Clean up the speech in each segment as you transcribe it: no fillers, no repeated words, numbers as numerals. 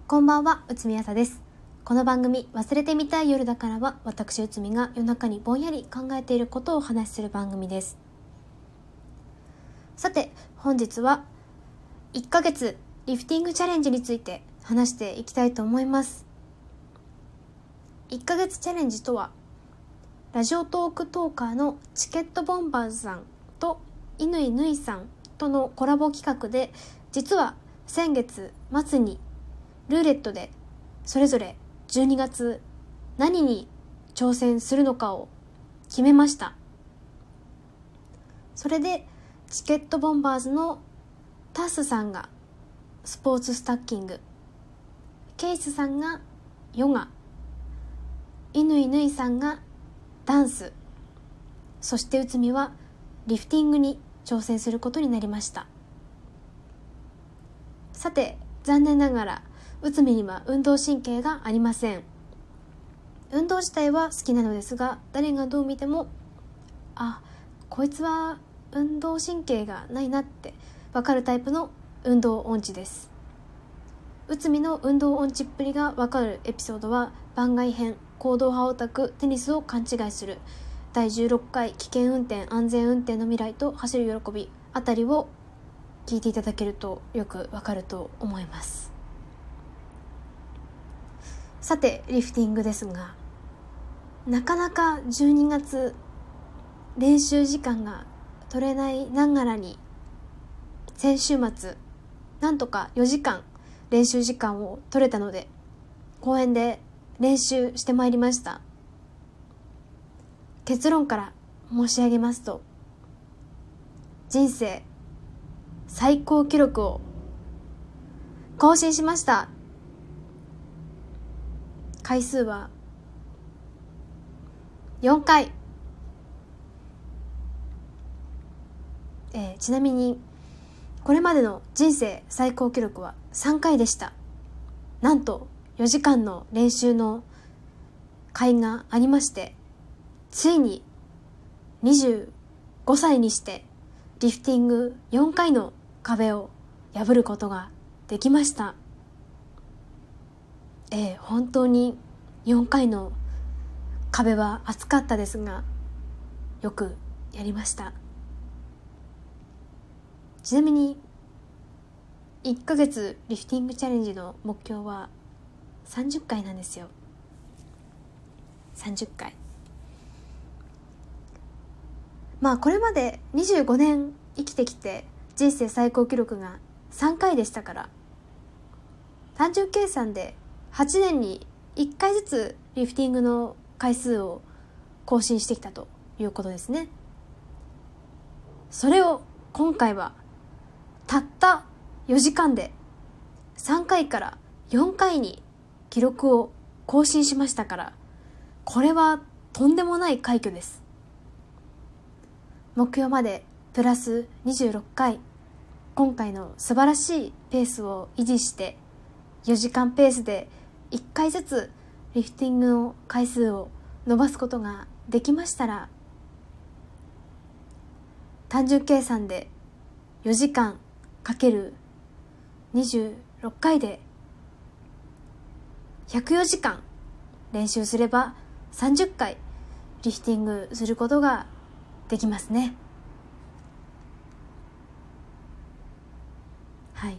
こんばんは、内海あさです。この番組、忘れてみたい夜だからは、私内海が夜中にぼんやり考えていることをお話しする番組です。さて、本日は1ヶ月リフティングチャレンジについて話していきたいと思います。1ヶ月チャレンジとは、ラジオトークトーカーのチケットボンバーズさんと乾ぬいさんとのコラボ企画で、実は先月末にルーレットでそれぞれ12月何に挑戦するのかを決めました。それでチケットボンバーズのタスさんがスポーツスタッキング、ケイスさんがヨガ、乾ぬいさんがダンス、そして内海はリフティングに挑戦することになりました。さて、残念ながら内海には運動神経がありません。運動自体は好きなのですが、誰がどう見てもこいつは運動神経がないなって分かるタイプの運動音痴です。内海の運動音痴っぷりが分かるエピソードは、番外編行動派オタクテニスを勘違いする、第16回危険運転安全運転の未来と走る喜びあたりを聞いていただけるとよく分かると思います。さて、リフティングですが、なかなか12月練習時間が取れないながらに、先週末なんとか4時間練習時間を取れたので、公園で練習してまいりました。結論から申し上げますと、人生最高記録を更新しました。回数は4回。ちなみにこれまでの人生最高記録は3回でした。なんと4時間の練習の甲斐がありまして、ついに25歳にしてリフティング4回の壁を破ることができました。本当に4回の壁は厚かったですが、よくやりました。ちなみに1ヶ月リフティングチャレンジの目標は30回なんですよ。30回。これまで25年生きてきて人生最高記録が3回でしたから、単純計算で8年に1回ずつリフティングの回数を更新してきたということですね。それを今回はたった4時間で3回から4回に記録を更新しましたから、これはとんでもない快挙です。目標までプラス26回、今回の素晴らしいペースを維持して4時間ペースで1回ずつリフティングの回数を伸ばすことができましたら、単純計算で4時間かける26回で104時間練習すれば30回リフティングすることができますね。はい。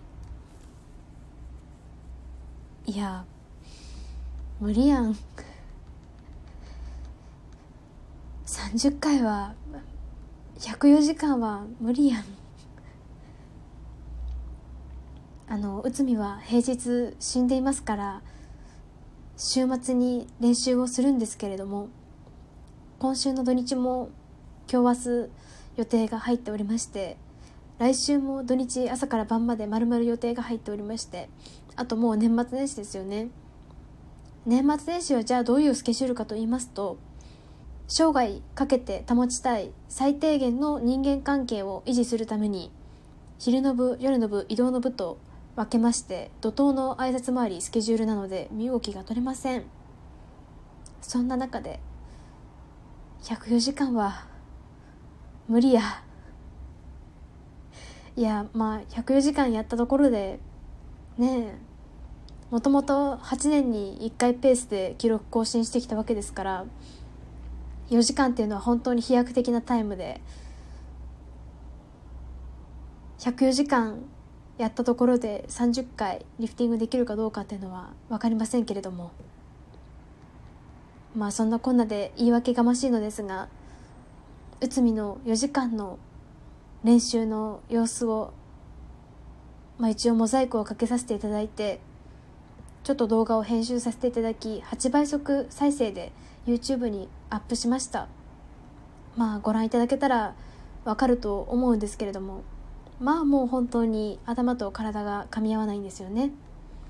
いや、無理やん。30回は104時間は無理やん。内海は平日死んでいますから、週末に練習をするんですけれども、今週の土日も今日明日予定が入っておりまして、来週も土日朝から晩まで丸々予定が入っておりまして、あともう年末年始ですよね。年末年始はじゃあどういうスケジュールかと言いますと、生涯かけて保ちたい最低限の人間関係を維持するために、昼の部、夜の部、移動の部と分けまして、怒涛の挨拶回りスケジュールなので身動きが取れません。そんな中で104時間は無理や。いや、104時間やったところでねえ、 もともと8年に1回ペースで記録更新してきたわけですから、4時間っていうのは本当に飛躍的なタイムで、104時間やったところで30回リフティングできるかどうかっていうのは分かりませんけれども、そんなこんなで言い訳がましいのですが、内海の4時間の練習の様子を、一応モザイクをかけさせていただいて、ちょっと動画を編集させていただき、8倍速再生で YouTube にアップしました。ご覧いただけたらわかると思うんですけれども、もう本当に頭と体が噛み合わないんですよね。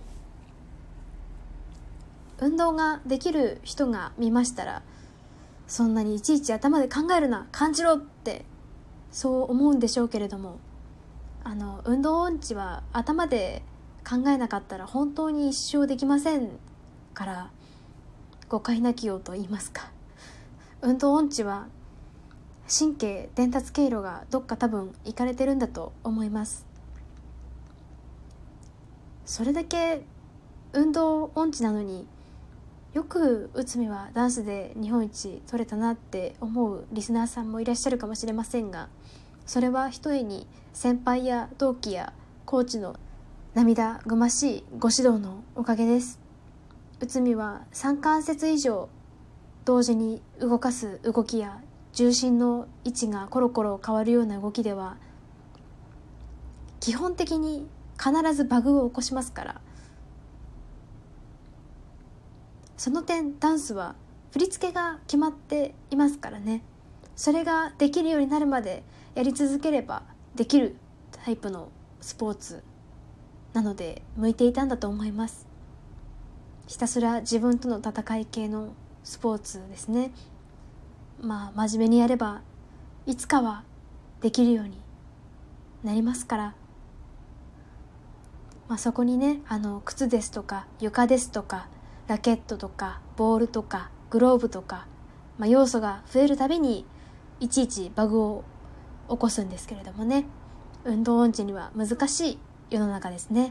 運動ができる人が見ましたら、そんなにいちいち頭で考えるな、感じろってそう思うんでしょうけれども、運動音痴は頭で考えなかったら本当に一生できませんから、誤解なきようと言いますか、運動音痴は神経伝達経路がどっか多分いかれてるんだと思います。それだけ運動音痴なのによく内海はダンスで日本一取れたなって思うリスナーさんもいらっしゃるかもしれませんが、それはひとえに先輩や同期やコーチの涙ぐましいご指導のおかげです。内海は3関節以上同時に動かす動きや重心の位置がコロコロ変わるような動きでは基本的に必ずバグを起こしますから、その点ダンスは振り付けが決まっていますからね。それができるようになるまでやり続ければできるタイプのスポーツなので向いていたんだと思います。ひたすら自分との戦い系のスポーツですね。真面目にやればいつかはできるようになりますから、そこにね、靴ですとか床ですとかラケットとかボールとかグローブとか、要素が増えるたびにいちいちバグを起こすんですけれどもね、運動音痴には難しい世の中ですね。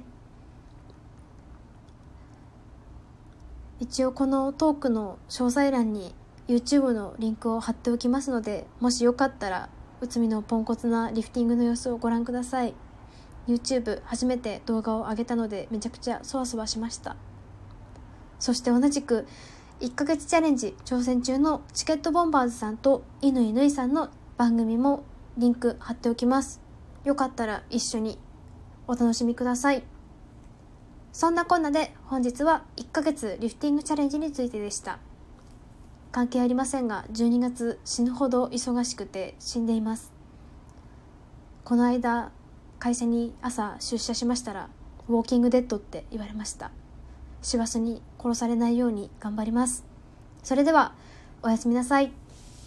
一応このトークの詳細欄に YouTube のリンクを貼っておきますので、もしよかったら内海のポンコツなリフティングの様子をご覧ください。 YouTube 初めて動画を上げたのでめちゃくちゃそわそわしました。そして同じく1ヶ月チャレンジ挑戦中のチケットボンバーズさんと乾さんの番組もリンク貼っておきます。よかったら一緒にお楽しみください。そんなこんなで本日は1ヶ月リフティングチャレンジについてでした。関係ありませんが12月死ぬほど忙しくて死んでいます。この間会社に朝出社しましたらウォーキングデッドって言われました。師走に殺されないように頑張ります。それではおやすみなさい。